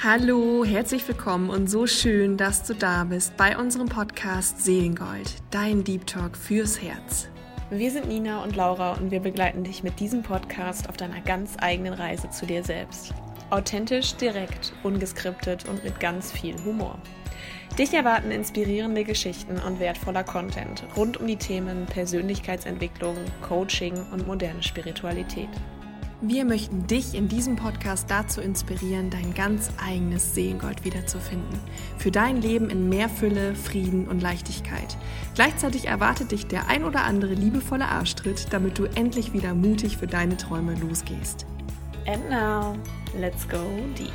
Hallo, herzlich willkommen und so schön, dass du da bist bei unserem Podcast Seelengold, dein Deep Talk fürs Herz. Wir sind Nina und Laura und wir begleiten dich mit diesem Podcast auf deiner ganz eigenen Reise zu dir selbst. Authentisch, direkt, ungeskriptet und mit ganz viel Humor. Dich erwarten inspirierende Geschichten und wertvoller Content rund um die Themen Persönlichkeitsentwicklung, Coaching und moderne Spiritualität. Wir möchten dich in diesem Podcast dazu inspirieren, dein ganz eigenes Seelengold wiederzufinden. Für dein Leben in mehr Fülle, Frieden und Leichtigkeit. Gleichzeitig erwartet dich der ein oder andere liebevolle Arschtritt, damit du endlich wieder mutig für deine Träume losgehst. And now, let's go deep.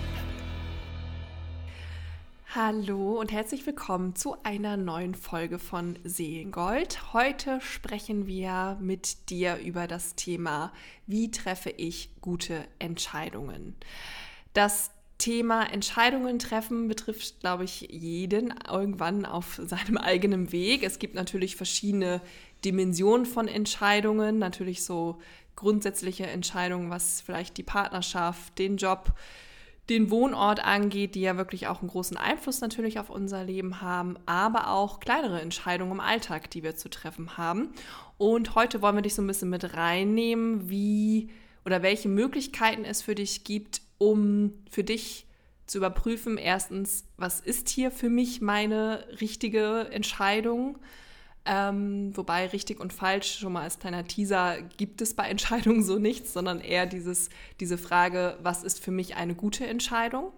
Hallo und herzlich willkommen zu einer neuen Folge von Seelengold. Heute sprechen wir mit dir über das Thema, wie treffe ich gute Entscheidungen? Das Thema Entscheidungen treffen betrifft, glaube ich, jeden irgendwann auf seinem eigenen Weg. Es gibt natürlich verschiedene Dimensionen von Entscheidungen, natürlich so grundsätzliche Entscheidungen, was vielleicht die Partnerschaft, den Job, den Wohnort angeht, die ja wirklich auch einen großen Einfluss natürlich auf unser Leben haben, aber auch kleinere Entscheidungen im Alltag, die wir zu treffen haben. Und heute wollen wir dich so ein bisschen mit reinnehmen, wie oder welche Möglichkeiten es für dich gibt, um für dich zu überprüfen, erstens, was ist hier für mich meine richtige Entscheidung? Wobei richtig und falsch, schon mal als kleiner Teaser, gibt es bei Entscheidungen so nichts, sondern eher diese Frage, was ist für mich eine gute Entscheidung?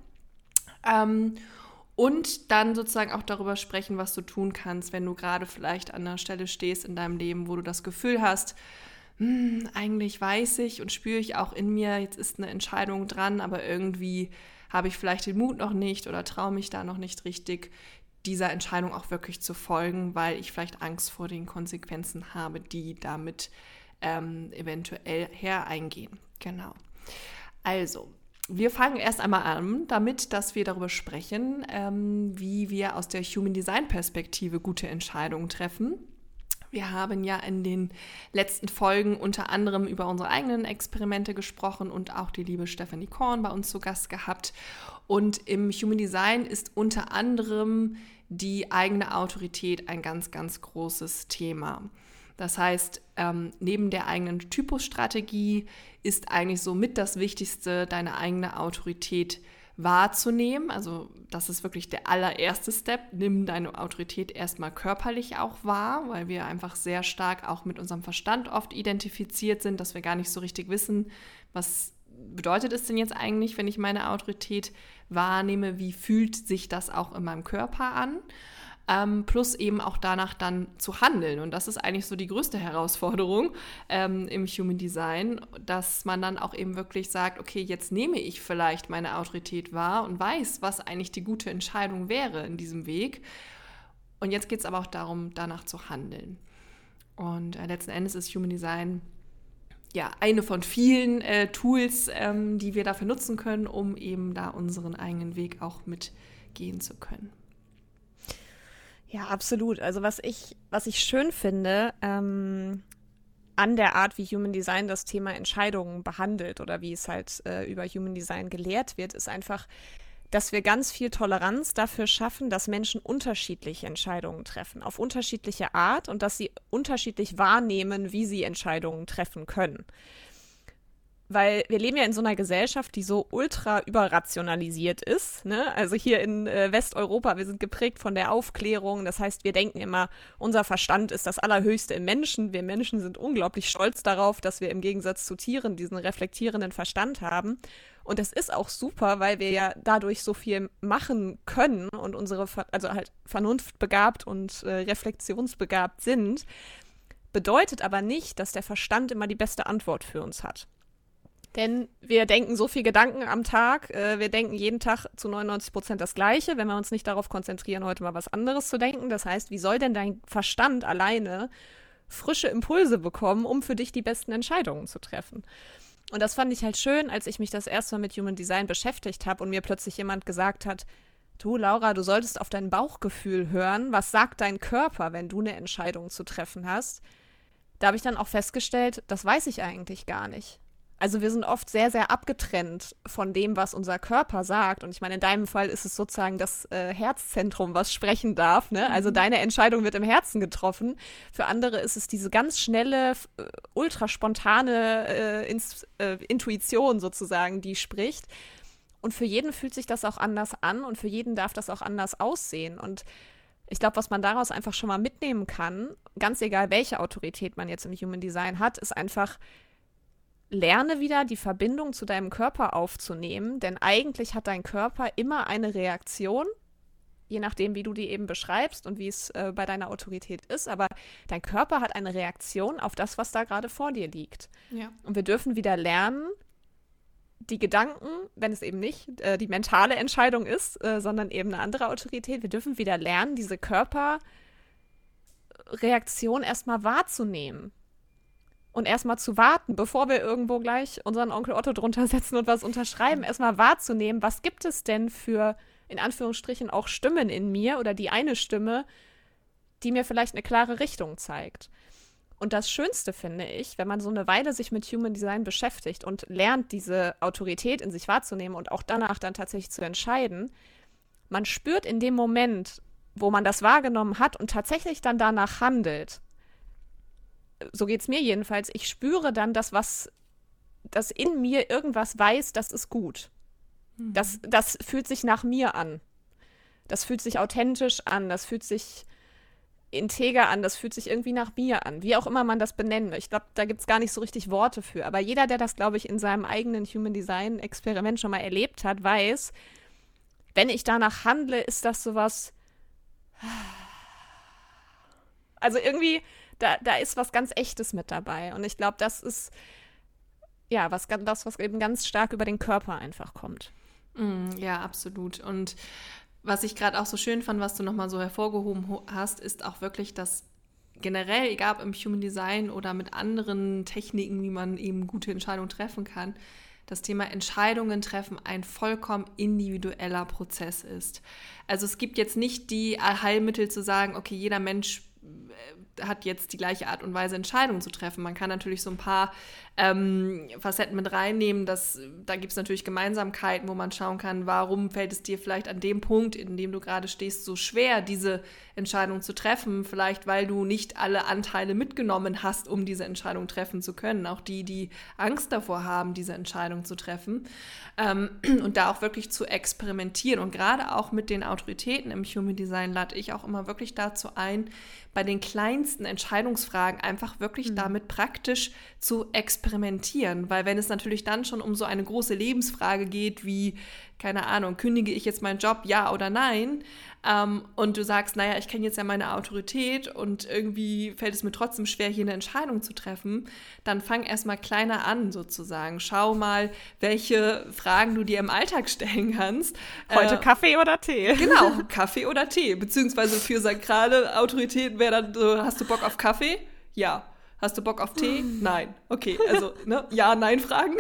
Und dann sozusagen auch darüber sprechen, was du tun kannst, wenn du gerade vielleicht an einer Stelle stehst in deinem Leben, wo du das Gefühl hast, eigentlich weiß ich und spüre ich auch in mir, jetzt ist eine Entscheidung dran, aber irgendwie habe ich vielleicht den Mut noch nicht oder traue mich da noch nicht richtig, dieser Entscheidung auch wirklich zu folgen, weil ich vielleicht Angst vor den Konsequenzen habe, die damit eventuell hereingehen. Genau. Also, wir fangen erst einmal an, dass wir darüber sprechen, wie wir aus der Human Design Perspektive gute Entscheidungen treffen. Wir haben ja in den letzten Folgen unter anderem über unsere eigenen Experimente gesprochen und auch die liebe Stephanie Korn bei uns zu Gast gehabt. Und im Human Design ist unter anderem die eigene Autorität ein ganz, ganz großes Thema. Das heißt, neben der eigenen Typusstrategie ist eigentlich so mit das Wichtigste, deine eigene Autorität wahrzunehmen. Also das ist wirklich der allererste Step. Nimm deine Autorität erstmal körperlich auch wahr, weil wir einfach sehr stark auch mit unserem Verstand oft identifiziert sind, dass wir gar nicht so richtig wissen, was bedeutet es denn jetzt eigentlich, wenn ich meine Autorität wahrnehme, wie fühlt sich das auch in meinem Körper an? Plus eben auch danach dann zu handeln. Und das ist eigentlich so die größte Herausforderung im Human Design, dass man dann auch eben wirklich sagt, okay, jetzt nehme ich vielleicht meine Autorität wahr und weiß, was eigentlich die gute Entscheidung wäre in diesem Weg. Und jetzt geht es aber auch darum, danach zu handeln. Und letzten Endes ist Human Design ja eine von vielen Tools, die wir dafür nutzen können, um eben da unseren eigenen Weg auch mitgehen zu können. Ja, absolut. Also was ich schön finde, an der Art, wie Human Design das Thema Entscheidungen behandelt oder wie es halt über Human Design gelehrt wird, ist einfach, dass wir ganz viel Toleranz dafür schaffen, dass Menschen unterschiedliche Entscheidungen treffen, auf unterschiedliche Art und dass sie unterschiedlich wahrnehmen, wie sie Entscheidungen treffen können. Weil wir leben ja in so einer Gesellschaft, die so ultra überrationalisiert ist, ne? Also hier in Westeuropa, wir sind geprägt von der Aufklärung. Das heißt, wir denken immer, unser Verstand ist das Allerhöchste im Menschen. Wir Menschen sind unglaublich stolz darauf, dass wir im Gegensatz zu Tieren diesen reflektierenden Verstand haben. Und das ist auch super, weil wir ja dadurch so viel machen können und also halt vernunftbegabt und reflexionsbegabt sind. Bedeutet aber nicht, dass der Verstand immer die beste Antwort für uns hat. Denn wir denken so viel Gedanken am Tag, wir denken jeden Tag zu 99% das Gleiche, wenn wir uns nicht darauf konzentrieren, heute mal was anderes zu denken. Das heißt, wie soll denn dein Verstand alleine frische Impulse bekommen, um für dich die besten Entscheidungen zu treffen? Und das fand ich halt schön, als ich mich das erste Mal mit Human Design beschäftigt habe und mir plötzlich jemand gesagt hat, du Laura, du solltest auf dein Bauchgefühl hören, was sagt dein Körper, wenn du eine Entscheidung zu treffen hast? Da habe ich dann auch festgestellt, das weiß ich eigentlich gar nicht. Also wir sind oft sehr, sehr abgetrennt von dem, was unser Körper sagt. Und ich meine, in deinem Fall ist es sozusagen das Herzzentrum, was sprechen darf. Ne? Also deine Entscheidung wird im Herzen getroffen. Für andere ist es diese ganz schnelle, ultraspontane Intuition sozusagen, die spricht. Und für jeden fühlt sich das auch anders an und für jeden darf das auch anders aussehen. Und ich glaube, was man daraus einfach schon mal mitnehmen kann, ganz egal, welche Autorität man jetzt im Human Design hat, ist einfach, lerne wieder die Verbindung zu deinem Körper aufzunehmen, denn eigentlich hat dein Körper immer eine Reaktion, je nachdem, wie du die eben beschreibst und wie es bei deiner Autorität ist, aber dein Körper hat eine Reaktion auf das, was da gerade vor dir liegt. Ja. Und wir dürfen wieder lernen, die Gedanken, wenn es eben nicht die mentale Entscheidung ist, sondern eben eine andere Autorität, wir dürfen wieder lernen, diese Körperreaktion erstmal wahrzunehmen. Und erstmal zu warten, bevor wir irgendwo gleich unseren Onkel Otto drunter setzen und was unterschreiben, erstmal wahrzunehmen, was gibt es denn für, in Anführungsstrichen, auch Stimmen in mir oder die eine Stimme, die mir vielleicht eine klare Richtung zeigt. Und das Schönste finde ich, wenn man so eine Weile sich mit Human Design beschäftigt und lernt, diese Autorität in sich wahrzunehmen und auch danach dann tatsächlich zu entscheiden, man spürt in dem Moment, wo man das wahrgenommen hat und tatsächlich dann danach handelt, so geht es mir jedenfalls, ich spüre dann das in mir irgendwas weiß, das ist gut. Das fühlt sich nach mir an. Das fühlt sich authentisch an, das fühlt sich integer an, das fühlt sich irgendwie nach mir an. Wie auch immer man das benennt. Ich glaube, da gibt es gar nicht so richtig Worte für. Aber jeder, der das, glaube ich, in seinem eigenen Human Design Experiment schon mal erlebt hat, weiß, wenn ich danach handle, ist das sowas. Also irgendwie, da ist was ganz Echtes mit dabei. Und ich glaube, das ist ja was eben ganz stark über den Körper einfach kommt. Ja, absolut. Und was ich gerade auch so schön fand, was du nochmal so hervorgehoben hast, ist auch wirklich, dass generell, egal ob im Human Design oder mit anderen Techniken, wie man eben gute Entscheidungen treffen kann, das Thema Entscheidungen treffen ein vollkommen individueller Prozess ist. Also es gibt jetzt nicht die Allheilmittel zu sagen, okay, jeder Mensch hat jetzt die gleiche Art und Weise, Entscheidungen zu treffen. Man kann natürlich so ein paar Facetten mit reinnehmen. Da gibt es natürlich Gemeinsamkeiten, wo man schauen kann, warum fällt es dir vielleicht an dem Punkt, in dem du gerade stehst, so schwer, diese Entscheidung zu treffen. Vielleicht, weil du nicht alle Anteile mitgenommen hast, um diese Entscheidung treffen zu können. Auch die Angst davor haben, diese Entscheidung zu treffen. Und da auch wirklich zu experimentieren. Und gerade auch mit den Autoritäten im Human Design lade ich auch immer wirklich dazu ein, bei den kleinsten Entscheidungsfragen einfach wirklich damit praktisch zu experimentieren. Weil wenn es natürlich dann schon um so eine große Lebensfrage geht, wie, keine Ahnung, kündige ich jetzt meinen Job, ja oder nein? Und du sagst, naja, ich kenne jetzt ja meine Autorität und irgendwie fällt es mir trotzdem schwer, hier eine Entscheidung zu treffen, dann fang erstmal kleiner an sozusagen. Schau mal, welche Fragen du dir im Alltag stellen kannst. Heute Kaffee oder Tee? Genau, Kaffee oder Tee. Beziehungsweise für sakrale Autoritäten wäre dann so, hast du Bock auf Kaffee? Ja. Hast du Bock auf Tee? Nein. Okay, also Ja, Nein-Fragen.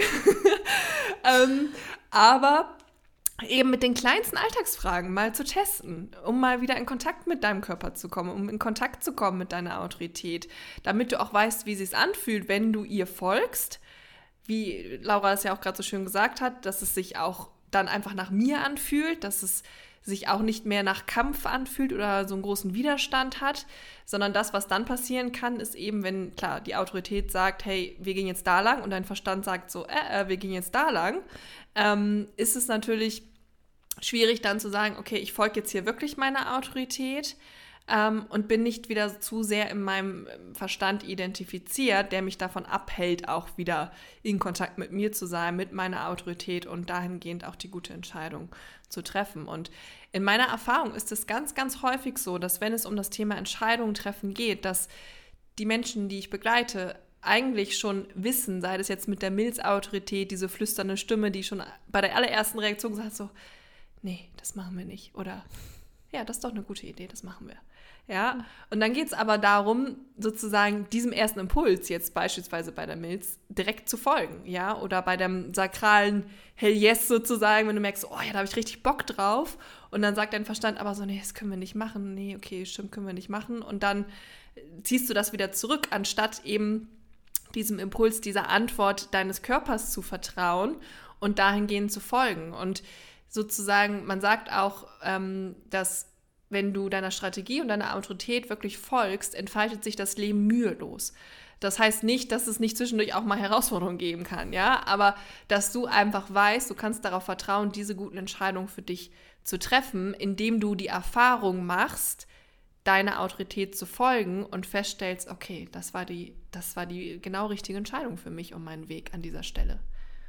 Aber eben mit den kleinsten Alltagsfragen mal zu testen, um mal wieder in Kontakt mit deinem Körper zu kommen, um in Kontakt zu kommen mit deiner Autorität, damit du auch weißt, wie es sich anfühlt, wenn du ihr folgst. Wie Laura es ja auch gerade so schön gesagt hat, dass es sich auch dann einfach nach mir anfühlt, dass es sich auch nicht mehr nach Kampf anfühlt oder so einen großen Widerstand hat, sondern das, was dann passieren kann, ist eben, wenn, klar, die Autorität sagt, hey, wir gehen jetzt da lang und dein Verstand sagt so, wir gehen jetzt da lang, ist es natürlich schwierig dann zu sagen, okay, ich folge jetzt hier wirklich meiner Autorität und bin nicht wieder zu sehr in meinem Verstand identifiziert, der mich davon abhält, auch wieder in Kontakt mit mir zu sein, mit meiner Autorität und dahingehend auch die gute Entscheidung zu treffen. Und in meiner Erfahrung ist es ganz, ganz häufig so, dass wenn es um das Thema Entscheidungen treffen geht, dass die Menschen, die ich begleite, eigentlich schon wissen, sei das jetzt mit der Milzautorität, diese flüsternde Stimme, die schon bei der allerersten Reaktion sagt so, nee, das machen wir nicht. Oder, ja, das ist doch eine gute Idee, das machen wir. Ja, und dann geht es aber darum, sozusagen diesem ersten Impuls, jetzt beispielsweise bei der Milz, direkt zu folgen, ja, oder bei dem sakralen Hell Yes sozusagen, wenn du merkst, oh ja, da habe ich richtig Bock drauf und dann sagt dein Verstand aber so, nee, das können wir nicht machen, nee, okay, stimmt, können wir nicht machen und dann ziehst du das wieder zurück, anstatt eben diesem Impuls, dieser Antwort deines Körpers zu vertrauen und dahingehend zu folgen. Und sozusagen, man sagt auch, dass wenn du deiner Strategie und deiner Autorität wirklich folgst, entfaltet sich das Leben mühelos. Das heißt nicht, dass es nicht zwischendurch auch mal Herausforderungen geben kann, ja, aber dass du einfach weißt, du kannst darauf vertrauen, diese guten Entscheidungen für dich zu treffen, indem du die Erfahrung machst, deiner Autorität zu folgen und feststellst, okay, das war die genau richtige Entscheidung für mich und meinen Weg an dieser Stelle.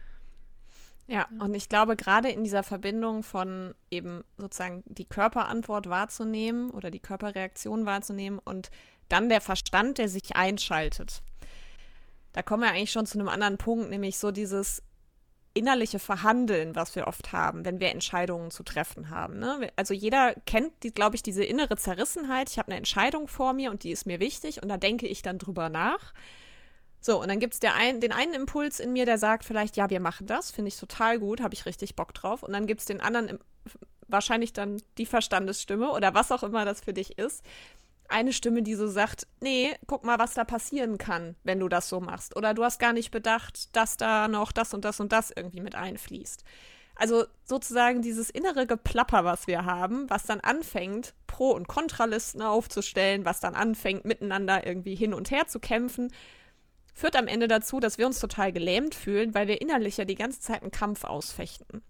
Ja, und ich glaube, gerade in dieser Verbindung von eben sozusagen die Körperantwort wahrzunehmen oder die Körperreaktion wahrzunehmen und dann der Verstand, der sich einschaltet. Da kommen wir eigentlich schon zu einem anderen Punkt, nämlich so dieses innerliche Verhandeln, was wir oft haben, wenn wir Entscheidungen zu treffen haben. Ne? Also jeder kennt, glaube ich, diese innere Zerrissenheit. Ich habe eine Entscheidung vor mir und die ist mir wichtig und da denke ich dann drüber nach. So, und dann gibt es den einen Impuls in mir, der sagt vielleicht, ja, wir machen das, finde ich total gut, habe ich richtig Bock drauf. Und dann gibt es den anderen, wahrscheinlich dann die Verstandesstimme oder was auch immer das für dich ist, eine Stimme, die so sagt, nee, guck mal, was da passieren kann, wenn du das so machst. Oder du hast gar nicht bedacht, dass da noch das und das und das irgendwie mit einfließt. Also sozusagen dieses innere Geplapper, was wir haben, was dann anfängt, Pro- und Kontralisten aufzustellen, was dann anfängt, miteinander irgendwie hin und her zu kämpfen, führt am Ende dazu, dass wir uns total gelähmt fühlen, weil wir innerlich ja die ganze Zeit einen Kampf ausfechten.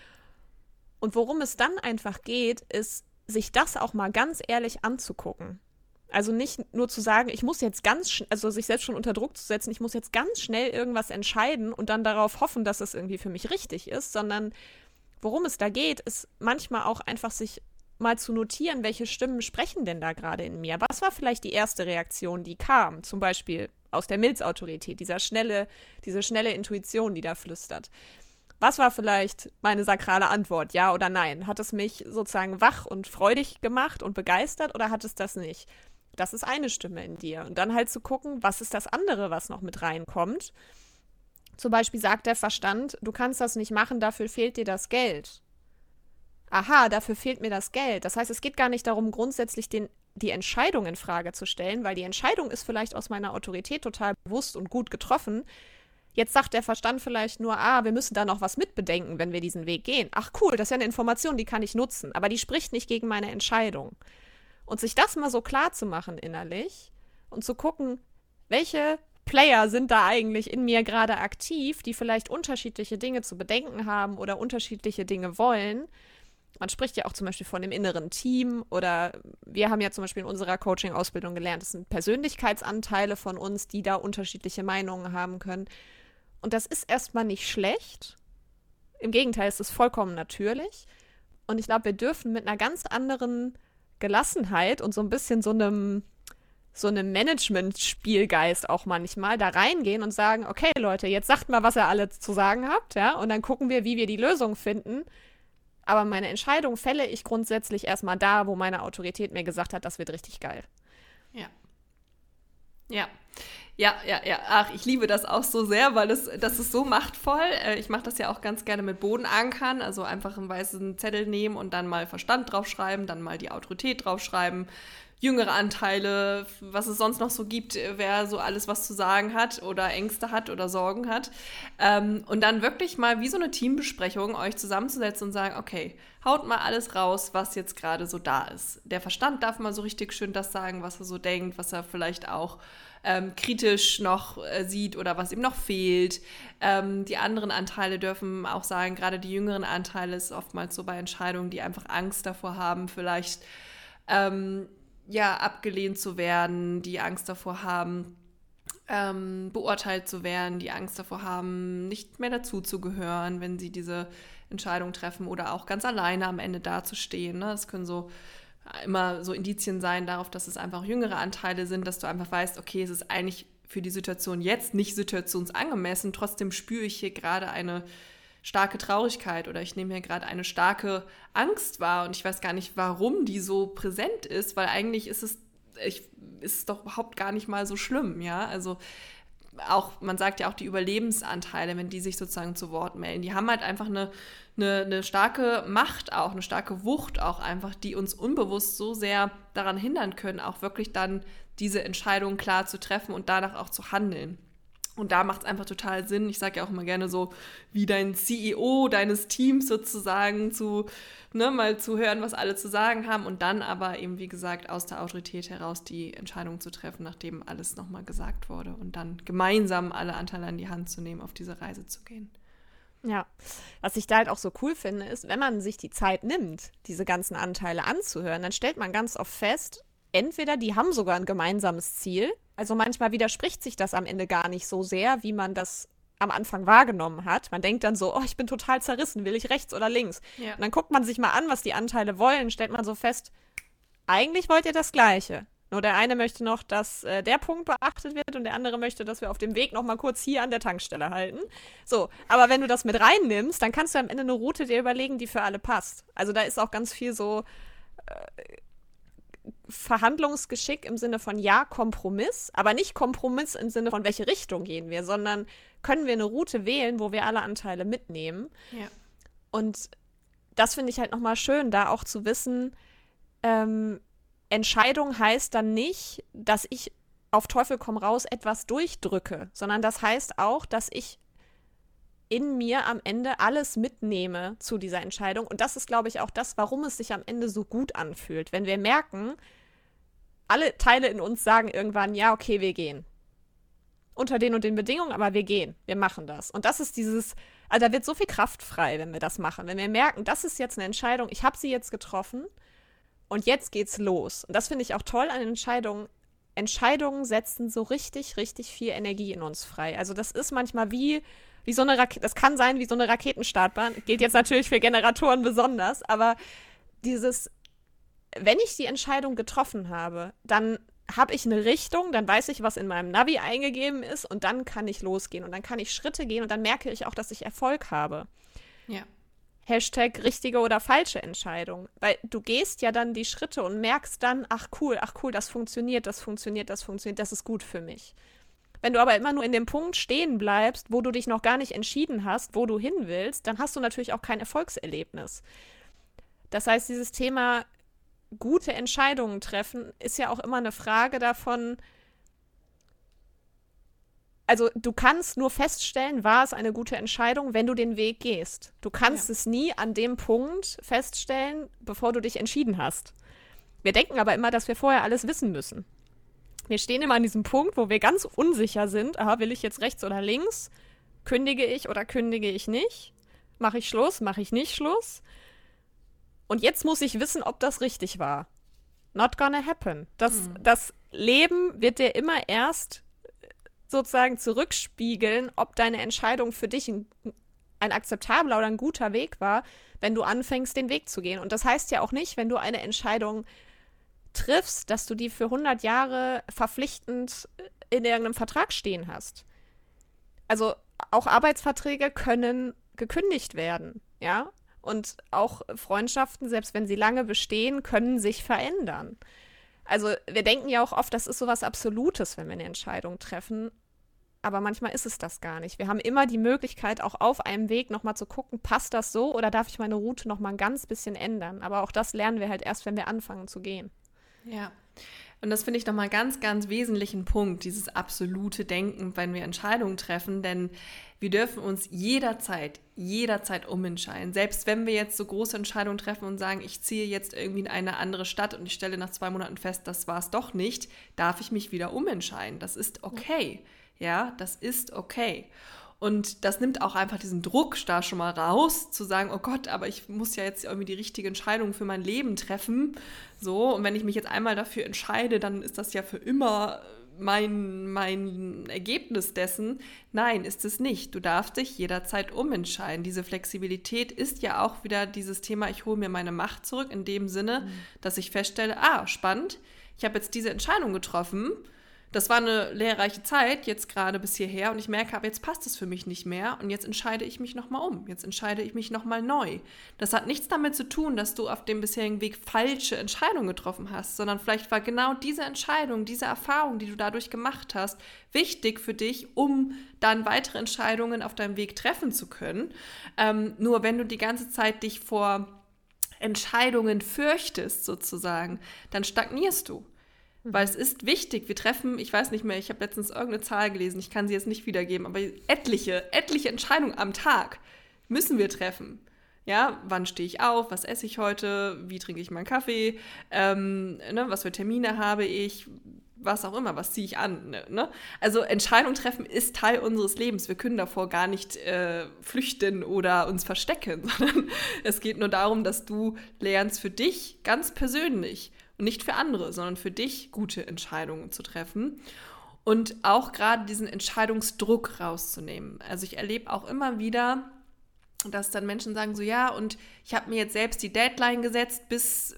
Und worum es dann einfach geht, ist, sich das auch mal ganz ehrlich anzugucken. Also nicht nur zu sagen, ich muss jetzt also sich selbst schon unter Druck zu setzen, ich muss jetzt ganz schnell irgendwas entscheiden und dann darauf hoffen, dass es irgendwie für mich richtig ist, sondern worum es da geht, ist manchmal auch einfach sich mal zu notieren, welche Stimmen sprechen denn da gerade in mir? Was war vielleicht die erste Reaktion, die kam? Zum Beispiel aus der Milzautorität, diese schnelle Intuition, die da flüstert. Was war vielleicht meine sakrale Antwort, ja oder nein? Hat es mich sozusagen wach und freudig gemacht und begeistert oder hat es das nicht? Das ist eine Stimme in dir. Und dann halt zu gucken, was ist das andere, was noch mit reinkommt. Zum Beispiel sagt der Verstand, du kannst das nicht machen, dafür fehlt dir das Geld. Aha, dafür fehlt mir das Geld. Das heißt, es geht gar nicht darum, grundsätzlich die Entscheidung in Frage zu stellen, weil die Entscheidung ist vielleicht aus meiner Autorität total bewusst und gut getroffen. Jetzt sagt der Verstand vielleicht nur, wir müssen da noch was mitbedenken, wenn wir diesen Weg gehen. Ach cool, das ist ja eine Information, die kann ich nutzen, aber die spricht nicht gegen meine Entscheidung. Und sich das mal so klar zu machen innerlich und zu gucken, welche Player sind da eigentlich in mir gerade aktiv, die vielleicht unterschiedliche Dinge zu bedenken haben oder unterschiedliche Dinge wollen. Man spricht ja auch zum Beispiel von dem inneren Team oder wir haben ja zum Beispiel in unserer Coaching-Ausbildung gelernt, es sind Persönlichkeitsanteile von uns, die da unterschiedliche Meinungen haben können. Und das ist erstmal nicht schlecht. Im Gegenteil, es ist vollkommen natürlich. Und ich glaube, wir dürfen mit einer ganz anderen Gelassenheit und so ein bisschen so einem Management-Spielgeist auch manchmal da reingehen und sagen, okay Leute, jetzt sagt mal, was ihr alle zu sagen habt, ja, und dann gucken wir, wie wir die Lösung finden. Aber meine Entscheidung fälle ich grundsätzlich erstmal da, wo meine Autorität mir gesagt hat, das wird richtig geil. Ja. Ach, ich liebe das auch so sehr, weil das ist so machtvoll. Ich mache das ja auch ganz gerne mit Bodenankern, also einfach einen weißen Zettel nehmen und dann mal Verstand draufschreiben, dann mal die Autorität draufschreiben, jüngere Anteile, was es sonst noch so gibt, wer so alles was zu sagen hat oder Ängste hat oder Sorgen hat. Und dann wirklich mal wie so eine Teambesprechung euch zusammenzusetzen und sagen, okay, haut mal alles raus, was jetzt gerade so da ist. Der Verstand darf mal so richtig schön das sagen, was er so denkt, was er vielleicht auch kritisch noch sieht oder was ihm noch fehlt. Die anderen Anteile dürfen auch sagen, gerade die jüngeren Anteile ist oftmals so bei Entscheidungen, die einfach Angst davor haben, vielleicht abgelehnt zu werden, die Angst davor haben, beurteilt zu werden, die Angst davor haben, nicht mehr dazuzugehören, wenn sie diese Entscheidung treffen oder auch ganz alleine am Ende dazustehen. Ne? Das können so immer so Indizien sein darauf, dass es einfach jüngere Anteile sind, dass du einfach weißt, okay, es ist eigentlich für die Situation jetzt nicht situationsangemessen, trotzdem spüre ich hier gerade eine starke Traurigkeit oder ich nehme hier gerade eine starke Angst wahr und ich weiß gar nicht, warum die so präsent ist, weil eigentlich ist es doch überhaupt gar nicht mal so schlimm, ja, also auch, man sagt ja auch die Überlebensanteile, wenn die sich sozusagen zu Wort melden, die haben halt einfach eine starke Macht auch, eine starke Wucht auch einfach, die uns unbewusst so sehr daran hindern können, auch wirklich dann diese Entscheidung klar zu treffen und danach auch zu handeln. Und da macht es einfach total Sinn, ich sage ja auch immer gerne so, wie dein CEO deines Teams sozusagen mal zu hören, was alle zu sagen haben und dann aber eben, wie gesagt, aus der Autorität heraus die Entscheidung zu treffen, nachdem alles nochmal gesagt wurde und dann gemeinsam alle Anteile an die Hand zu nehmen, auf diese Reise zu gehen. Ja, was ich da halt auch so cool finde, ist, wenn man sich die Zeit nimmt, diese ganzen Anteile anzuhören, dann stellt man ganz oft fest, entweder die haben sogar ein gemeinsames Ziel, also manchmal widerspricht sich das am Ende gar nicht so sehr, wie man das am Anfang wahrgenommen hat. Man denkt dann so, oh, ich bin total zerrissen, will ich rechts oder links? Ja. Und dann guckt man sich mal an, was die Anteile wollen, stellt man so fest, eigentlich wollt ihr das Gleiche. Nur der eine möchte noch, dass der Punkt beachtet wird und der andere möchte, dass wir auf dem Weg noch mal kurz hier an der Tankstelle halten. So, aber wenn du das mit reinnimmst, dann kannst du am Ende eine Route dir überlegen, die für alle passt. Also da ist auch ganz viel so Verhandlungsgeschick im Sinne von ja, Kompromiss, aber nicht Kompromiss im Sinne von welche Richtung gehen wir, sondern können wir eine Route wählen, wo wir alle Anteile mitnehmen. Ja. Und das finde ich halt nochmal schön, da auch zu wissen, Entscheidung heißt dann nicht, dass ich auf Teufel komm raus etwas durchdrücke, sondern das heißt auch, dass ich in mir am Ende alles mitnehme zu dieser Entscheidung. Und das ist, glaube ich, auch das, warum es sich am Ende so gut anfühlt. Wenn wir merken, alle Teile in uns sagen irgendwann, ja, okay, wir gehen. Unter den und den Bedingungen, aber wir gehen. Wir machen das. Und das ist also da wird so viel Kraft frei, wenn wir das machen. Wenn wir merken, das ist jetzt eine Entscheidung, ich habe sie jetzt getroffen und jetzt geht's los. Und das finde ich auch toll an Entscheidungen. Entscheidungen setzen so richtig, richtig viel Energie in uns frei. Also das ist manchmal wie so eine Rakete, das kann sein wie so eine Raketenstartbahn, gilt jetzt natürlich für Generatoren besonders, aber wenn ich die Entscheidung getroffen habe, dann habe ich eine Richtung, dann weiß ich, was in meinem Navi eingegeben ist und dann kann ich losgehen und dann kann ich Schritte gehen und dann merke ich auch, dass ich Erfolg habe. Ja. Hashtag richtige oder falsche Entscheidung, weil du gehst ja dann die Schritte und merkst dann, ach cool, das funktioniert, das ist gut für mich. Wenn du aber immer nur in dem Punkt stehen bleibst, wo du dich noch gar nicht entschieden hast, wo du hin willst, dann hast du natürlich auch kein Erfolgserlebnis. Das heißt, dieses Thema gute Entscheidungen treffen ist ja auch immer eine Frage davon, also du kannst nur feststellen, war es eine gute Entscheidung, wenn du den Weg gehst. Du kannst es nie an dem Punkt feststellen, bevor du dich entschieden hast. Wir denken aber immer, dass wir vorher alles wissen müssen. Wir stehen immer an diesem Punkt, wo wir ganz unsicher sind. Aha, will ich jetzt rechts oder links? Kündige ich oder kündige ich nicht? Mache ich Schluss? Mache ich nicht Schluss? Und jetzt muss ich wissen, ob das richtig war. Not gonna happen. Das Leben wird dir immer erst sozusagen zurückspiegeln, ob deine Entscheidung für dich ein akzeptabler oder ein guter Weg war, wenn du anfängst, den Weg zu gehen. Und das heißt ja auch nicht, wenn du eine Entscheidung triffst, dass du die für 100 Jahre verpflichtend in irgendeinem Vertrag stehen hast. Also auch Arbeitsverträge können gekündigt werden, ja? Und auch Freundschaften, selbst wenn sie lange bestehen, können sich verändern. Also wir denken ja auch oft, das ist sowas Absolutes, wenn wir eine Entscheidung treffen. Aber manchmal ist es das gar nicht. Wir haben immer die Möglichkeit, auch auf einem Weg nochmal zu gucken, passt das so oder darf ich meine Route nochmal ein ganz bisschen ändern? Aber auch das lernen wir halt erst, wenn wir anfangen zu gehen. Ja, und das finde ich nochmal ganz, ganz wesentlichen Punkt, dieses absolute Denken, wenn wir Entscheidungen treffen, denn wir dürfen uns jederzeit umentscheiden. Selbst wenn wir jetzt so große Entscheidungen treffen und sagen, ich ziehe jetzt irgendwie in eine andere Stadt und ich stelle nach 2 Monaten fest, das war es doch nicht, darf ich mich wieder umentscheiden. Das ist okay. Ja, das ist okay. Und das nimmt auch einfach diesen Druck da schon mal raus, zu sagen, oh Gott, aber ich muss ja jetzt irgendwie die richtige Entscheidung für mein Leben treffen. So, und wenn ich mich jetzt einmal dafür entscheide, dann ist das ja für immer mein Ergebnis dessen. Nein, ist es nicht. Du darfst dich jederzeit umentscheiden. Diese Flexibilität ist ja auch wieder dieses Thema, ich hole mir meine Macht zurück, in dem Sinne, dass ich feststelle, spannend, ich habe jetzt diese Entscheidung getroffen. Das war eine lehrreiche Zeit, jetzt gerade bis hierher, und ich merke, aber jetzt passt es für mich nicht mehr und jetzt entscheide ich mich nochmal um, jetzt entscheide ich mich nochmal neu. Das hat nichts damit zu tun, dass du auf dem bisherigen Weg falsche Entscheidungen getroffen hast, sondern vielleicht war genau diese Entscheidung, diese Erfahrung, die du dadurch gemacht hast, wichtig für dich, um dann weitere Entscheidungen auf deinem Weg treffen zu können. Nur wenn du die ganze Zeit dich vor Entscheidungen fürchtest sozusagen, dann stagnierst du. Weil es ist wichtig, wir treffen, ich weiß nicht mehr, ich habe letztens irgendeine Zahl gelesen, ich kann sie jetzt nicht wiedergeben, aber etliche Entscheidungen am Tag müssen wir treffen. Ja, wann stehe ich auf, was esse ich heute, wie trinke ich meinen Kaffee, was für Termine habe ich, was auch immer, was ziehe ich an. Ne? Also Entscheidung treffen ist Teil unseres Lebens. Wir können davor gar nicht flüchten oder uns verstecken, sondern es geht nur darum, dass du lernst für dich ganz persönlich und nicht für andere, sondern für dich gute Entscheidungen zu treffen und auch gerade diesen Entscheidungsdruck rauszunehmen. Also ich erlebe auch immer wieder, dass dann Menschen sagen so, ja, und ich habe mir jetzt selbst die Deadline gesetzt, bis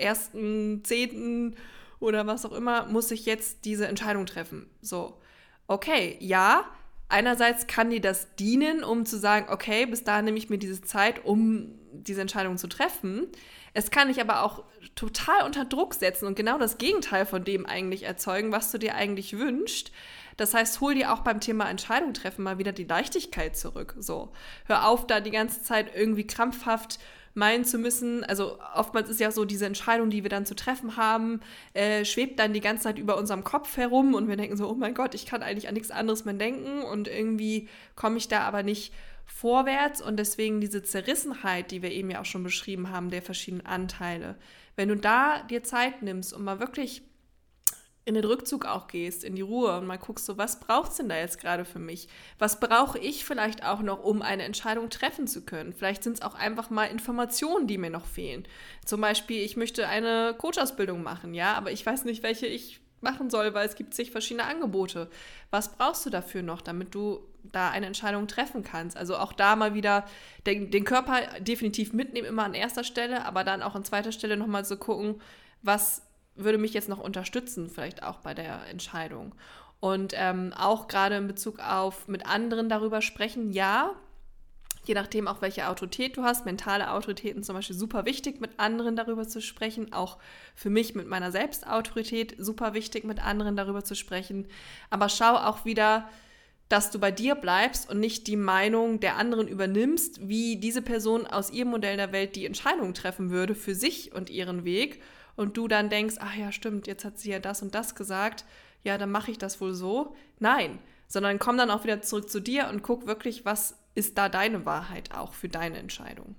1.10. oder was auch immer, muss ich jetzt diese Entscheidung treffen. So, okay, ja, einerseits kann dir das dienen, um zu sagen, okay, bis dahin nehme ich mir diese Zeit, um diese Entscheidung zu treffen. Es kann dich aber auch total unter Druck setzen und genau das Gegenteil von dem eigentlich erzeugen, was du dir eigentlich wünschst. Das heißt, hol dir auch beim Thema Entscheidung treffen mal wieder die Leichtigkeit zurück. So, hör auf, da die ganze Zeit irgendwie krampfhaft meinen zu müssen. Also oftmals ist ja so, diese Entscheidung, die wir dann zu treffen haben, schwebt dann die ganze Zeit über unserem Kopf herum und wir denken so, oh mein Gott, ich kann eigentlich an nichts anderes mehr denken und irgendwie komme ich da aber nicht vorwärts und deswegen diese Zerrissenheit, die wir eben ja auch schon beschrieben haben, der verschiedenen Anteile. Wenn du da dir Zeit nimmst und mal wirklich in den Rückzug auch gehst, in die Ruhe und mal guckst, so, was braucht es denn da jetzt gerade für mich? Was brauche ich vielleicht auch noch, um eine Entscheidung treffen zu können? Vielleicht sind es auch einfach mal Informationen, die mir noch fehlen. Zum Beispiel, ich möchte eine Coach-Ausbildung machen, ja, aber ich weiß nicht, welche ich machen soll, weil es gibt zig verschiedene Angebote. Was brauchst du dafür noch, damit du da eine Entscheidung treffen kannst? Also auch da mal wieder den Körper definitiv mitnehmen, immer an erster Stelle, aber dann auch an zweiter Stelle nochmal zu gucken, was würde mich jetzt noch unterstützen, vielleicht auch bei der Entscheidung. Und auch gerade in Bezug auf mit anderen darüber sprechen, ja, je nachdem auch welche Autorität du hast, mentale Autoritäten zum Beispiel super wichtig, mit anderen darüber zu sprechen, auch für mich mit meiner Selbstautorität super wichtig, mit anderen darüber zu sprechen, aber schau auch wieder, dass du bei dir bleibst und nicht die Meinung der anderen übernimmst, wie diese Person aus ihrem Modell der Welt die Entscheidung treffen würde für sich und ihren Weg und du dann denkst, ach ja, stimmt, jetzt hat sie ja das und das gesagt, ja, dann mache ich das wohl so. Nein, sondern komm dann auch wieder zurück zu dir und guck wirklich, was ist da deine Wahrheit auch für deine Entscheidung.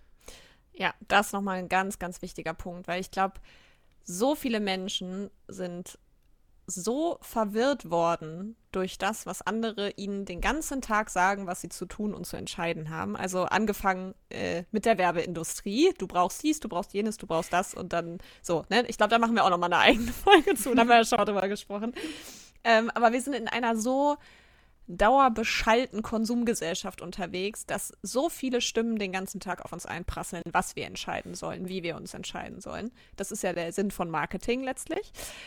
Ja, das ist nochmal ein ganz, ganz wichtiger Punkt, weil ich glaube, so viele Menschen sind so verwirrt worden durch das, was andere ihnen den ganzen Tag sagen, was sie zu tun und zu entscheiden haben. Also angefangen mit der Werbeindustrie. Du brauchst dies, du brauchst jenes, du brauchst das und dann so. Ne? Ich glaube, da machen wir auch nochmal eine eigene Folge zu. Da haben wir ja schon drüber gesprochen. Aber wir sind in einer so dauerbeschallten Konsumgesellschaft unterwegs, dass so viele Stimmen den ganzen Tag auf uns einprasseln, was wir entscheiden sollen, wie wir uns entscheiden sollen. Das ist ja der Sinn von Marketing letztlich.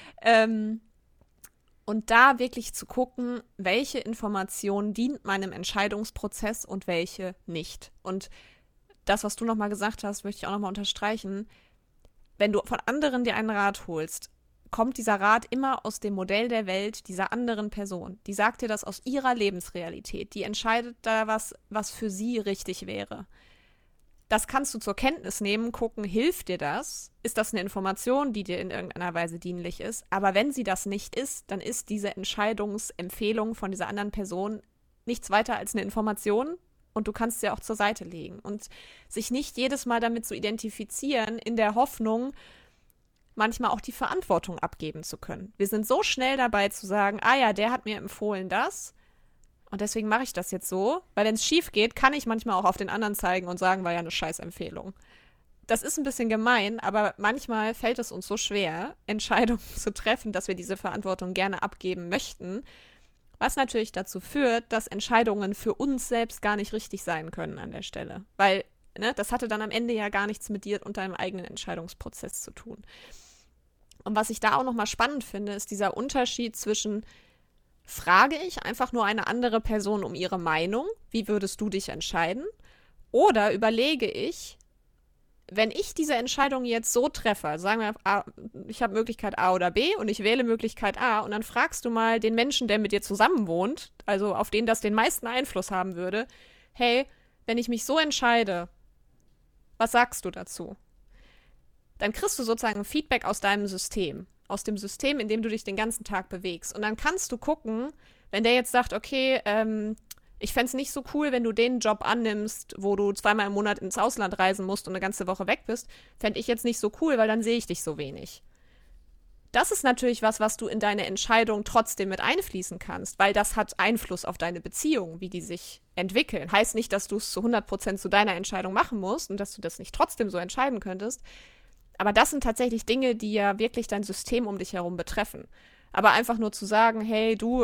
Und da wirklich zu gucken, welche Information dient meinem Entscheidungsprozess und welche nicht. Und das, was du nochmal gesagt hast, möchte ich auch nochmal unterstreichen. Wenn du von anderen dir einen Rat holst, kommt dieser Rat immer aus dem Modell der Welt dieser anderen Person. Die sagt dir das aus ihrer Lebensrealität. Die entscheidet da was für sie richtig wäre. Das kannst du zur Kenntnis nehmen, gucken, hilft dir das? Ist das eine Information, die dir in irgendeiner Weise dienlich ist? Aber wenn sie das nicht ist, dann ist diese Entscheidungsempfehlung von dieser anderen Person nichts weiter als eine Information und du kannst sie auch zur Seite legen. Und sich nicht jedes Mal damit zu identifizieren, in der Hoffnung, manchmal auch die Verantwortung abgeben zu können. Wir sind so schnell dabei zu sagen, ah ja, der hat mir empfohlen das und deswegen mache ich das jetzt so, weil wenn es schief geht, kann ich manchmal auch auf den anderen zeigen und sagen, war ja eine Scheißempfehlung. Das ist ein bisschen gemein, aber manchmal fällt es uns so schwer, Entscheidungen zu treffen, dass wir diese Verantwortung gerne abgeben möchten, was natürlich dazu führt, dass Entscheidungen für uns selbst gar nicht richtig sein können an der Stelle, weil das hatte dann am Ende ja gar nichts mit dir und deinem eigenen Entscheidungsprozess zu tun. Und was ich da auch nochmal spannend finde, ist dieser Unterschied zwischen, frage ich einfach nur eine andere Person um ihre Meinung, wie würdest du dich entscheiden? Oder überlege ich, wenn ich diese Entscheidung jetzt so treffe, also sagen wir, ich habe Möglichkeit A oder B und ich wähle Möglichkeit A und dann fragst du mal den Menschen, der mit dir zusammen wohnt, also auf den das den meisten Einfluss haben würde, hey, wenn ich mich so entscheide, was sagst du dazu? Dann kriegst du sozusagen Feedback aus deinem System. aus dem System, in dem du dich den ganzen Tag bewegst. Und dann kannst du gucken, wenn der jetzt sagt, okay, ich fände es nicht so cool, wenn du den Job annimmst, wo du 2-mal im Monat ins Ausland reisen musst und eine ganze Woche weg bist, fände ich jetzt nicht so cool, weil dann sehe ich dich so wenig. Das ist natürlich was du in deine Entscheidung trotzdem mit einfließen kannst, weil das hat Einfluss auf deine Beziehung, wie die sich entwickeln. Heißt nicht, dass du es zu 100% zu deiner Entscheidung machen musst und dass du das nicht trotzdem so entscheiden könntest. Aber das sind tatsächlich Dinge, die ja wirklich dein System um dich herum betreffen. Aber einfach nur zu sagen, hey, du,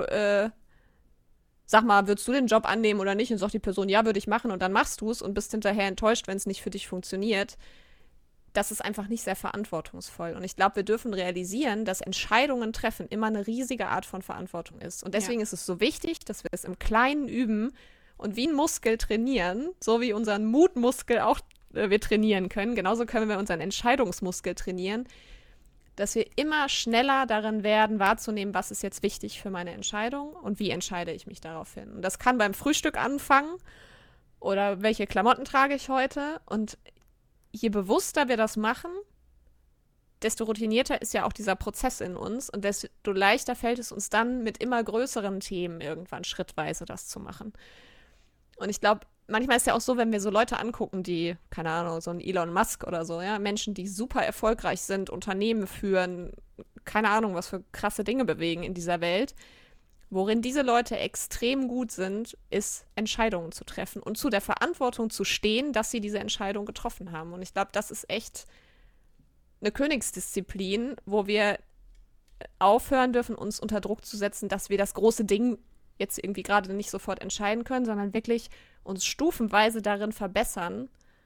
sag mal, würdest du den Job annehmen oder nicht? Und sagt die Person, ja, würde ich machen, und dann machst du es und bist hinterher enttäuscht, wenn es nicht für dich funktioniert. Das ist einfach nicht sehr verantwortungsvoll. Und ich glaube, wir dürfen realisieren, dass Entscheidungen treffen immer eine riesige Art von Verantwortung ist. Und deswegen ist es so wichtig, dass wir es im Kleinen üben und wie ein Muskel trainieren, so wie unseren Mutmuskel auch wir trainieren können. Genauso können wir unseren Entscheidungsmuskel trainieren, dass wir immer schneller darin werden, wahrzunehmen, was ist jetzt wichtig für meine Entscheidung und wie entscheide ich mich daraufhin. Und das kann beim Frühstück anfangen oder welche Klamotten trage ich heute. Und je bewusster wir das machen, desto routinierter ist ja auch dieser Prozess in uns und desto leichter fällt es uns dann, mit immer größeren Themen irgendwann schrittweise das zu machen. Und ich glaube, manchmal ist ja auch so, wenn wir so Leute angucken, die, keine Ahnung, so ein Elon Musk oder so, ja, Menschen, die super erfolgreich sind, Unternehmen führen, keine Ahnung, was für krasse Dinge bewegen in dieser Welt. Worin diese Leute extrem gut sind, ist, Entscheidungen zu treffen und zu der Verantwortung zu stehen, dass sie diese Entscheidung getroffen haben. Und ich glaube, das ist echt eine Königsdisziplin, wo wir aufhören dürfen, uns unter Druck zu setzen, dass wir das große Ding jetzt irgendwie gerade nicht sofort entscheiden können, sondern wirklich uns stufenweise darin verbessern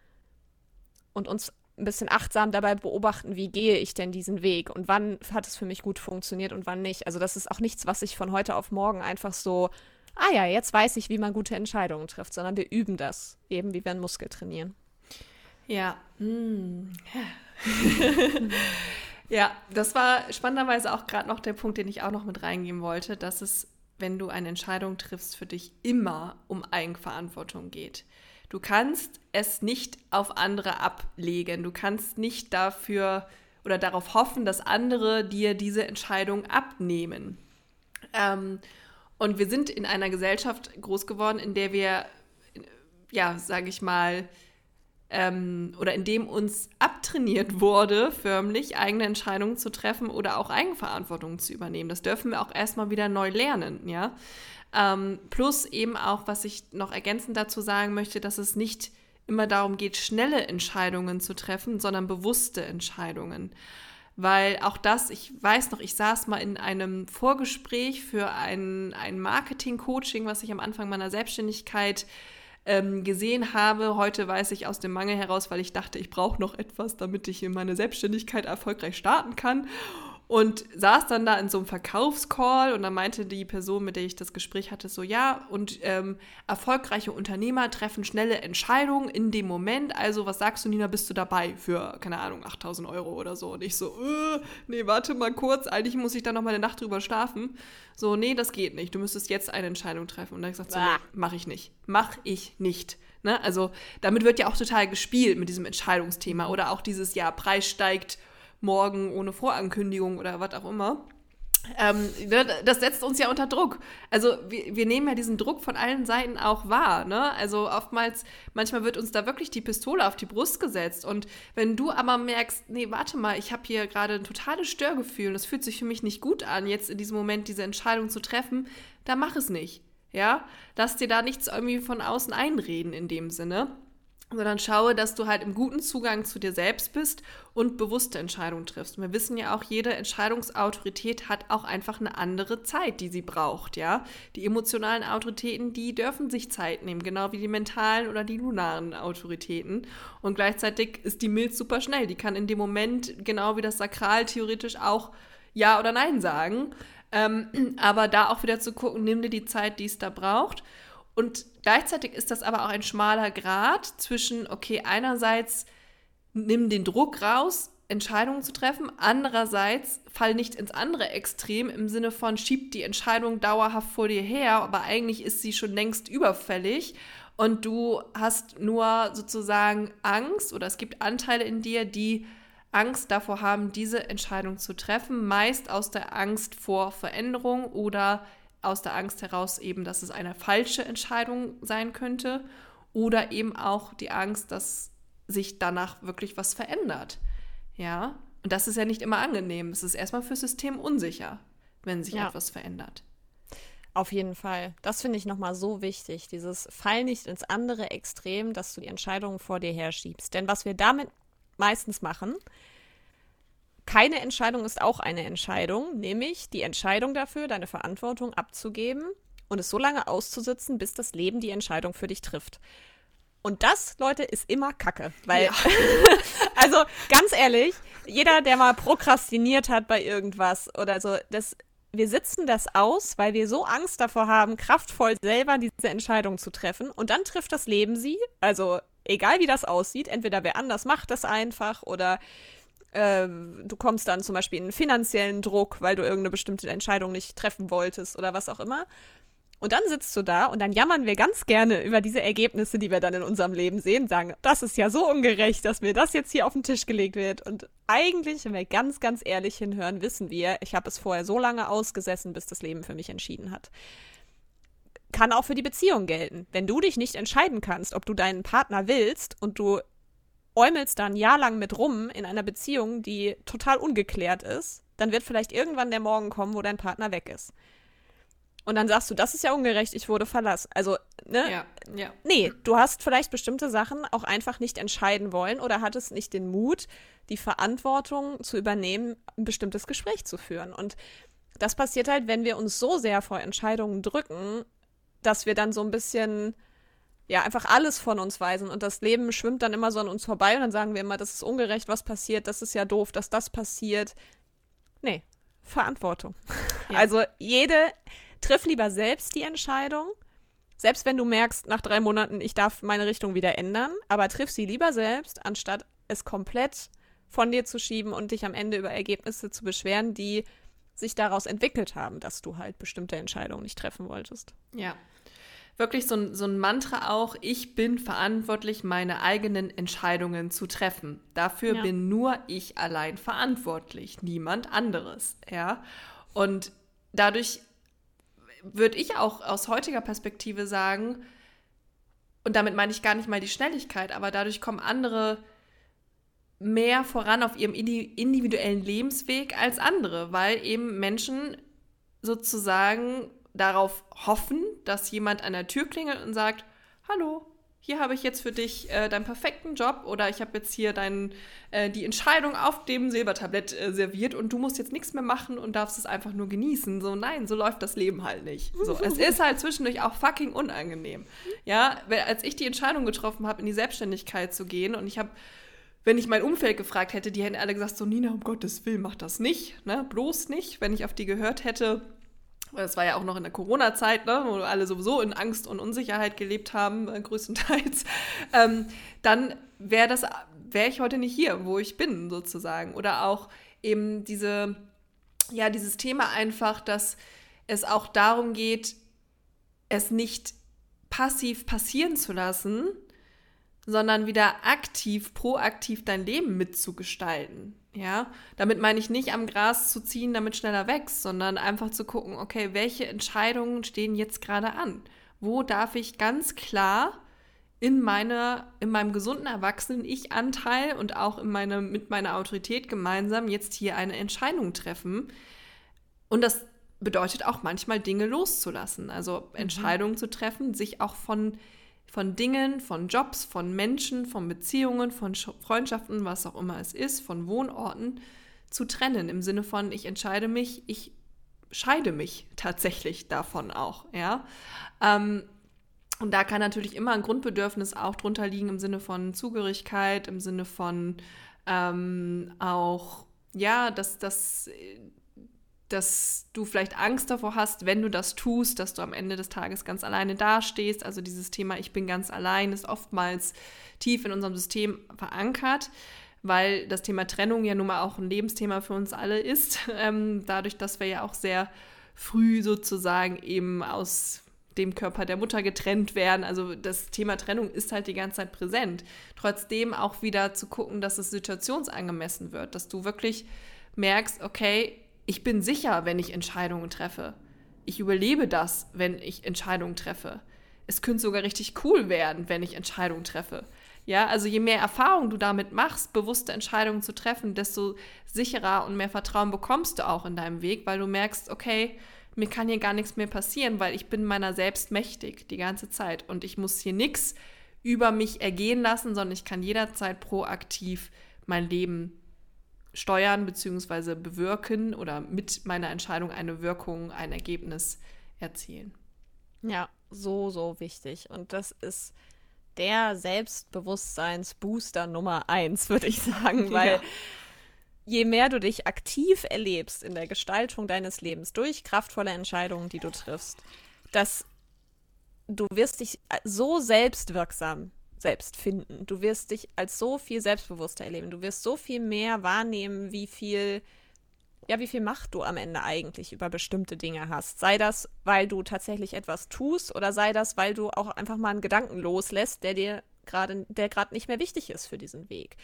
und uns ein bisschen achtsam dabei beobachten, wie gehe ich denn diesen Weg und wann hat es für mich gut funktioniert und wann nicht. Also das ist auch nichts, was ich von heute auf morgen einfach so, jetzt weiß ich, wie man gute Entscheidungen trifft, sondern wir üben das, eben wie wir einen Muskel trainieren. Ja. Ja, das war spannenderweise auch gerade noch der Punkt, den ich auch noch mit reingeben wollte, dass es, wenn du eine Entscheidung triffst, für dich immer um Eigenverantwortung geht. Du kannst es nicht auf andere ablegen. Du kannst nicht dafür oder darauf hoffen, dass andere dir diese Entscheidung abnehmen. Und wir sind in einer Gesellschaft groß geworden, in der wir, ja, sage ich mal, oder in dem uns abtrainiert wurde, förmlich eigene Entscheidungen zu treffen oder auch Eigenverantwortung zu übernehmen. Das dürfen wir auch erstmal wieder neu lernen, ja. Plus eben auch, was ich noch ergänzend dazu sagen möchte, dass es nicht immer darum geht, schnelle Entscheidungen zu treffen, sondern bewusste Entscheidungen. Weil auch das, ich weiß noch, ich saß mal in einem Vorgespräch für ein Marketing-Coaching, was ich am Anfang meiner Selbstständigkeit gesehen habe. Heute weiß ich aus dem Mangel heraus, weil ich dachte, ich brauche noch etwas, damit ich in meine Selbstständigkeit erfolgreich starten kann. Und saß dann da in so einem Verkaufscall und dann meinte die Person, mit der ich das Gespräch hatte, so, ja, und erfolgreiche Unternehmer treffen schnelle Entscheidungen in dem Moment. Also, was sagst du, Nina, bist du dabei für, keine Ahnung, 8.000 € oder so? Und ich so, nee, warte mal kurz, eigentlich muss ich da noch mal eine Nacht drüber schlafen. So, nee, das geht nicht, du müsstest jetzt eine Entscheidung treffen. Und dann habe ich gesagt, so, nee, mach ich nicht. Ne? Also, damit wird ja auch total gespielt mit diesem Entscheidungsthema oder auch dieses, ja, Preis steigt morgen ohne Vorankündigung oder was auch immer. Das setzt uns ja unter Druck. Also wir nehmen ja diesen Druck von allen Seiten auch wahr. Ne? Also manchmal wird uns da wirklich die Pistole auf die Brust gesetzt. Und wenn du aber merkst, nee, warte mal, ich habe hier gerade ein totales Störgefühl und es fühlt sich für mich nicht gut an, jetzt in diesem Moment diese Entscheidung zu treffen, dann mach es nicht. Ja? Lass dir da nichts irgendwie von außen einreden in dem Sinne. Sondern schaue, dass du halt im guten Zugang zu dir selbst bist und bewusste Entscheidungen triffst. Und wir wissen ja auch, jede Entscheidungsautorität hat auch einfach eine andere Zeit, die sie braucht, ja. Die emotionalen Autoritäten, die dürfen sich Zeit nehmen, genau wie die mentalen oder die lunaren Autoritäten. Und gleichzeitig ist die Milz super schnell. Die kann in dem Moment, genau wie das Sakral, theoretisch auch Ja oder Nein sagen. Aber da auch wieder zu gucken, nimm dir die Zeit, die es da braucht. Und gleichzeitig ist das aber auch ein schmaler Grat zwischen, okay, einerseits nimm den Druck raus, Entscheidungen zu treffen, andererseits fall nicht ins andere Extrem im Sinne von schieb die Entscheidung dauerhaft vor dir her, aber eigentlich ist sie schon längst überfällig und du hast nur sozusagen Angst oder es gibt Anteile in dir, die Angst davor haben, diese Entscheidung zu treffen, meist aus der Angst vor Veränderung oder aus der Angst heraus eben, dass es eine falsche Entscheidung sein könnte oder eben auch die Angst, dass sich danach wirklich was verändert. Ja, und das ist ja nicht immer angenehm. Es ist erstmal fürs System unsicher, wenn sich etwas verändert. Auf jeden Fall. Das finde ich nochmal so wichtig. Dieses Fall nicht ins andere Extrem, dass du die Entscheidungen vor dir herschiebst. Denn was wir damit meistens machen, keine Entscheidung ist auch eine Entscheidung, nämlich die Entscheidung dafür, deine Verantwortung abzugeben und es so lange auszusitzen, bis das Leben die Entscheidung für dich trifft. Und das, Leute, ist immer Kacke. Weil, also ganz ehrlich, jeder, der mal prokrastiniert hat bei irgendwas oder so, wir sitzen das aus, weil wir so Angst davor haben, kraftvoll selber diese Entscheidung zu treffen. Und dann trifft das Leben sie. Also egal, wie das aussieht. Entweder wer anders macht das einfach oder du kommst dann zum Beispiel in einen finanziellen Druck, weil du irgendeine bestimmte Entscheidung nicht treffen wolltest oder was auch immer. Und dann sitzt du da und dann jammern wir ganz gerne über diese Ergebnisse, die wir dann in unserem Leben sehen, sagen, das ist ja so ungerecht, dass mir das jetzt hier auf den Tisch gelegt wird. Und eigentlich, wenn wir ganz, ganz ehrlich hinhören, wissen wir, ich habe es vorher so lange ausgesessen, bis das Leben für mich entschieden hat. Kann auch für die Beziehung gelten. Wenn du dich nicht entscheiden kannst, ob du deinen Partner willst und du äumelst da ein Jahr lang mit rum in einer Beziehung, die total ungeklärt ist, dann wird vielleicht irgendwann der Morgen kommen, wo dein Partner weg ist. Und dann sagst du, das ist ja ungerecht, ich wurde verlassen. Also, ne? Ja. Nee, du hast vielleicht bestimmte Sachen auch einfach nicht entscheiden wollen oder hattest nicht den Mut, die Verantwortung zu übernehmen, ein bestimmtes Gespräch zu führen. Und das passiert halt, wenn wir uns so sehr vor Entscheidungen drücken, dass wir dann so ein bisschen, einfach alles von uns weisen. Und das Leben schwimmt dann immer so an uns vorbei und dann sagen wir immer, das ist ungerecht, was passiert, das ist ja doof, dass das passiert. Nee, Verantwortung. Ja. Also triff lieber selbst die Entscheidung, selbst wenn du merkst, nach 3 Monaten, ich darf meine Richtung wieder ändern, aber triff sie lieber selbst, anstatt es komplett von dir zu schieben und dich am Ende über Ergebnisse zu beschweren, die sich daraus entwickelt haben, dass du halt bestimmte Entscheidungen nicht treffen wolltest. Ja, wirklich so ein Mantra auch, ich bin verantwortlich, meine eigenen Entscheidungen zu treffen. Dafür bin nur ich allein verantwortlich, niemand anderes. Ja? Und dadurch würde ich auch aus heutiger Perspektive sagen, und damit meine ich gar nicht mal die Schnelligkeit, aber dadurch kommen andere mehr voran auf ihrem individuellen Lebensweg als andere, weil eben Menschen sozusagen darauf hoffen, dass jemand an der Tür klingelt und sagt, hallo, hier habe ich jetzt für dich deinen perfekten Job oder ich habe jetzt hier die Entscheidung auf dem Silbertablett serviert und du musst jetzt nichts mehr machen und darfst es einfach nur genießen. So, nein, so läuft das Leben halt nicht. So, es ist halt zwischendurch auch fucking unangenehm. Ja, als ich die Entscheidung getroffen habe, in die Selbstständigkeit zu gehen und wenn ich mein Umfeld gefragt hätte, die hätten alle gesagt, so Nina, um Gottes Willen, mach das nicht, ne, bloß nicht. Wenn ich auf die gehört hätte, das war ja auch noch in der Corona-Zeit, ne, wo alle sowieso in Angst und Unsicherheit gelebt haben, größtenteils, dann wäre ich heute nicht hier, wo ich bin, sozusagen. Oder auch eben dieses Thema einfach, dass es auch darum geht, es nicht passiv passieren zu lassen, sondern wieder proaktiv dein Leben mitzugestalten. Ja, damit meine ich nicht am Gras zu ziehen, damit schneller wächst, sondern einfach zu gucken, okay, welche Entscheidungen stehen jetzt gerade an? Wo darf ich ganz klar in meinem gesunden Erwachsenen-Ich-Anteil und auch mit meiner Autorität gemeinsam jetzt hier eine Entscheidung treffen? Und das bedeutet auch manchmal Dinge loszulassen, also Entscheidungen zu treffen, sich auch von Dingen, von Jobs, von Menschen, von Beziehungen, von Freundschaften, was auch immer es ist, von Wohnorten zu trennen. Im Sinne von, ich entscheide mich, ich scheide mich tatsächlich davon auch. Ja? Und da kann natürlich immer ein Grundbedürfnis auch drunter liegen im Sinne von Zugehörigkeit, im Sinne von auch, ja, dass du vielleicht Angst davor hast, wenn du das tust, dass du am Ende des Tages ganz alleine dastehst. Also dieses Thema Ich bin ganz allein ist oftmals tief in unserem System verankert, weil das Thema Trennung ja nun mal auch ein Lebensthema für uns alle ist. Dadurch, dass wir ja auch sehr früh sozusagen eben aus dem Körper der Mutter getrennt werden. Also das Thema Trennung ist halt die ganze Zeit präsent. Trotzdem auch wieder zu gucken, dass es situationsangemessen wird, dass du wirklich merkst, okay, ich bin sicher, wenn ich Entscheidungen treffe. Ich überlebe das, wenn ich Entscheidungen treffe. Es könnte sogar richtig cool werden, wenn ich Entscheidungen treffe. Ja, also je mehr Erfahrung du damit machst, bewusste Entscheidungen zu treffen, desto sicherer und mehr Vertrauen bekommst du auch in deinem Weg, weil du merkst, okay, mir kann hier gar nichts mehr passieren, weil ich bin meiner selbst mächtig die ganze Zeit und ich muss hier nichts über mich ergehen lassen, sondern ich kann jederzeit proaktiv mein Leben steuern bzw. bewirken oder mit meiner Entscheidung eine Wirkung, ein Ergebnis erzielen. Ja, so, so wichtig. Und das ist der Selbstbewusstseinsbooster Nummer 1, würde ich sagen, weil je mehr du dich aktiv erlebst in der Gestaltung deines Lebens durch kraftvolle Entscheidungen, die du triffst, dass du wirst dich so selbstwirksam selbst finden. Du wirst dich als so viel selbstbewusster erleben. Du wirst so viel mehr wahrnehmen, wie viel Macht du am Ende eigentlich über bestimmte Dinge hast. Sei das, weil du tatsächlich etwas tust oder sei das, weil du auch einfach mal einen Gedanken loslässt, der gerade nicht mehr wichtig ist für diesen Weg.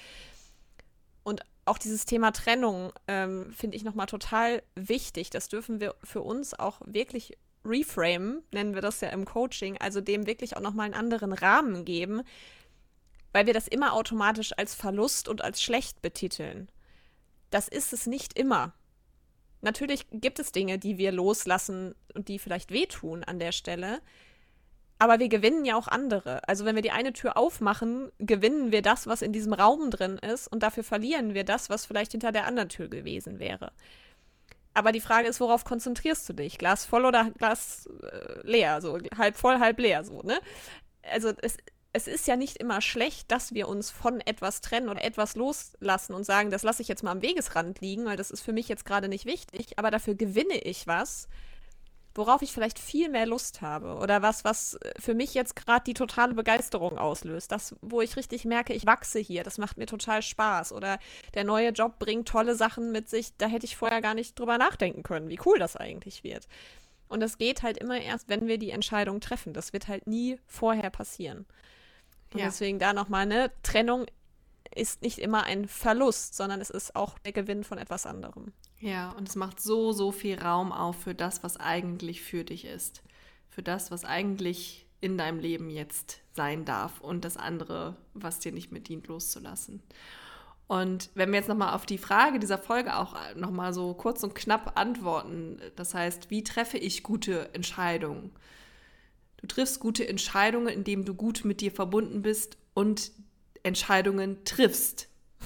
Und auch dieses Thema Trennung finde ich nochmal total wichtig. Das dürfen wir für uns auch wirklich reframen, nennen wir das ja im Coaching, also dem wirklich auch nochmal einen anderen Rahmen geben, weil wir das immer automatisch als Verlust und als schlecht betiteln. Das ist es nicht immer. Natürlich gibt es Dinge, die wir loslassen und die vielleicht wehtun an der Stelle, aber wir gewinnen ja auch andere. Also wenn wir die eine Tür aufmachen, gewinnen wir das, was in diesem Raum drin ist und dafür verlieren wir das, was vielleicht hinter der anderen Tür gewesen wäre. Aber die Frage ist, worauf konzentrierst du dich? Glas voll oder Glas leer? So halb voll, halb leer, so, ne? Also es ist ja nicht immer schlecht, dass wir uns von etwas trennen oder etwas loslassen und sagen, das lasse ich jetzt mal am Wegesrand liegen, weil das ist für mich jetzt gerade nicht wichtig, aber dafür gewinne ich was, worauf ich vielleicht viel mehr Lust habe oder was für mich jetzt gerade die totale Begeisterung auslöst. Das, wo ich richtig merke, ich wachse hier, das macht mir total Spaß oder der neue Job bringt tolle Sachen mit sich, da hätte ich vorher gar nicht drüber nachdenken können, wie cool das eigentlich wird. Und das geht halt immer erst, wenn wir die Entscheidung treffen. Das wird halt nie vorher passieren. Und deswegen da nochmal, ne, Trennung ist nicht immer ein Verlust, sondern es ist auch der Gewinn von etwas anderem. Ja, und es macht so, so viel Raum auf für das, was eigentlich für dich ist. Für das, was eigentlich in deinem Leben jetzt sein darf und das andere, was dir nicht mehr dient, loszulassen. Und wenn wir jetzt nochmal auf die Frage dieser Folge auch nochmal so kurz und knapp antworten, das heißt, wie treffe ich gute Entscheidungen? Du triffst gute Entscheidungen, indem du gut mit dir verbunden bist und Entscheidungen triffst.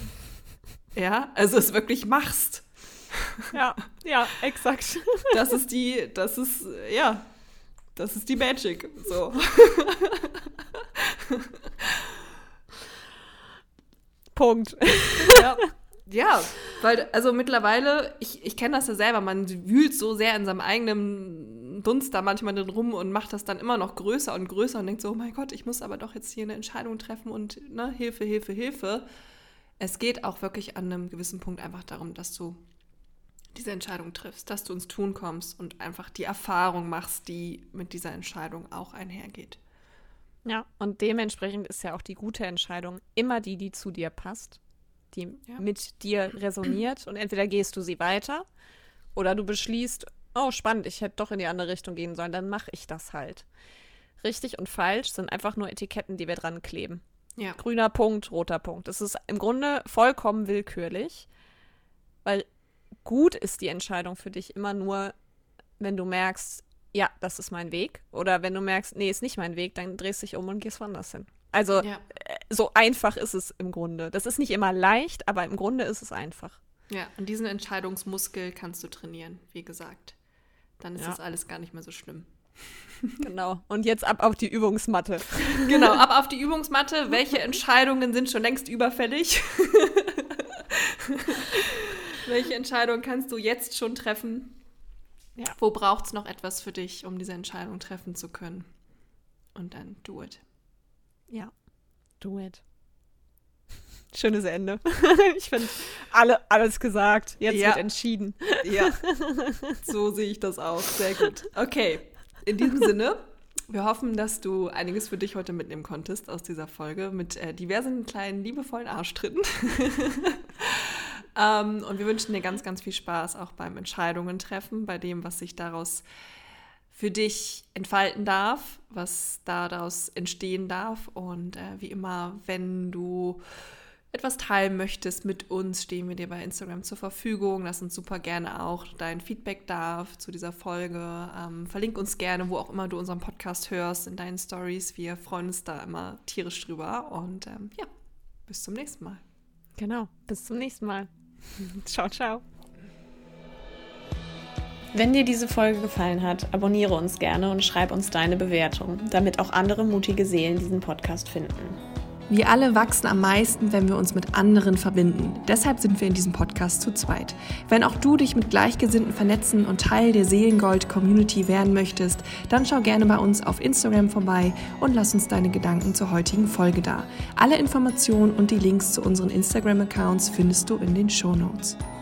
Ja, also es wirklich machst. Ja, exakt. Das ist die Magic. So. Punkt. Ja, weil, also mittlerweile, ich kenne das ja selber, man wühlt so sehr in seinem eigenen Dunst da manchmal drin rum und macht das dann immer noch größer und größer und denkt so, oh mein Gott, ich muss aber doch jetzt hier eine Entscheidung treffen und ne, Hilfe, Hilfe, Hilfe. Es geht auch wirklich an einem gewissen Punkt einfach darum, dass du diese Entscheidung triffst, dass du ins Tun kommst und einfach die Erfahrung machst, die mit dieser Entscheidung auch einhergeht. Ja, und dementsprechend ist ja auch die gute Entscheidung immer die zu dir passt, die mit dir resoniert und entweder gehst du sie weiter oder du beschließt, oh spannend, ich hätte doch in die andere Richtung gehen sollen, dann mache ich das halt. Richtig und falsch sind einfach nur Etiketten, die wir dran kleben. Ja. Grüner Punkt, roter Punkt. Das ist im Grunde vollkommen willkürlich, weil gut ist die Entscheidung für dich immer nur, wenn du merkst, ja, das ist mein Weg. Oder wenn du merkst, nee, ist nicht mein Weg, dann drehst du dich um und gehst woanders hin. Also so einfach ist es im Grunde. Das ist nicht immer leicht, aber im Grunde ist es einfach. Ja, und diesen Entscheidungsmuskel kannst du trainieren, wie gesagt. Dann ist das alles gar nicht mehr so schlimm. Genau. Und jetzt ab auf die Übungsmatte. Genau, ab auf die Übungsmatte. Welche Entscheidungen sind schon längst überfällig? Welche Entscheidung kannst du jetzt schon treffen? Ja. Wo braucht es noch etwas für dich, um diese Entscheidung treffen zu können? Und dann do it. Ja, do it. Schönes Ende. Ich finde, alles gesagt. Jetzt wird entschieden. Ja, so sehe ich das auch. Sehr gut. Okay, in diesem Sinne Wir hoffen, dass du einiges für dich heute mitnehmen konntest aus dieser Folge mit diversen kleinen, liebevollen Arschtritten. Und wir wünschen dir ganz, ganz viel Spaß auch beim Entscheidungen treffen, bei dem, was sich daraus für dich entfalten darf, was daraus entstehen darf. Und wie immer, wenn du etwas teilen möchtest mit uns, stehen wir dir bei Instagram zur Verfügung. Lass uns super gerne auch dein Feedback da zu dieser Folge. Verlink uns gerne, wo auch immer du unseren Podcast hörst, in deinen Stories. Wir freuen uns da immer tierisch drüber. Und bis zum nächsten Mal. Genau, bis zum nächsten Mal. Ciao, ciao. Wenn dir diese Folge gefallen hat, abonniere uns gerne und schreib uns deine Bewertung, damit auch andere mutige Seelen diesen Podcast finden. Wir alle wachsen am meisten, wenn wir uns mit anderen verbinden. Deshalb sind wir in diesem Podcast zu zweit. Wenn auch du dich mit Gleichgesinnten vernetzen und Teil der Seelengold-Community werden möchtest, dann schau gerne bei uns auf Instagram vorbei und lass uns deine Gedanken zur heutigen Folge da. Alle Informationen und die Links zu unseren Instagram-Accounts findest du in den Shownotes.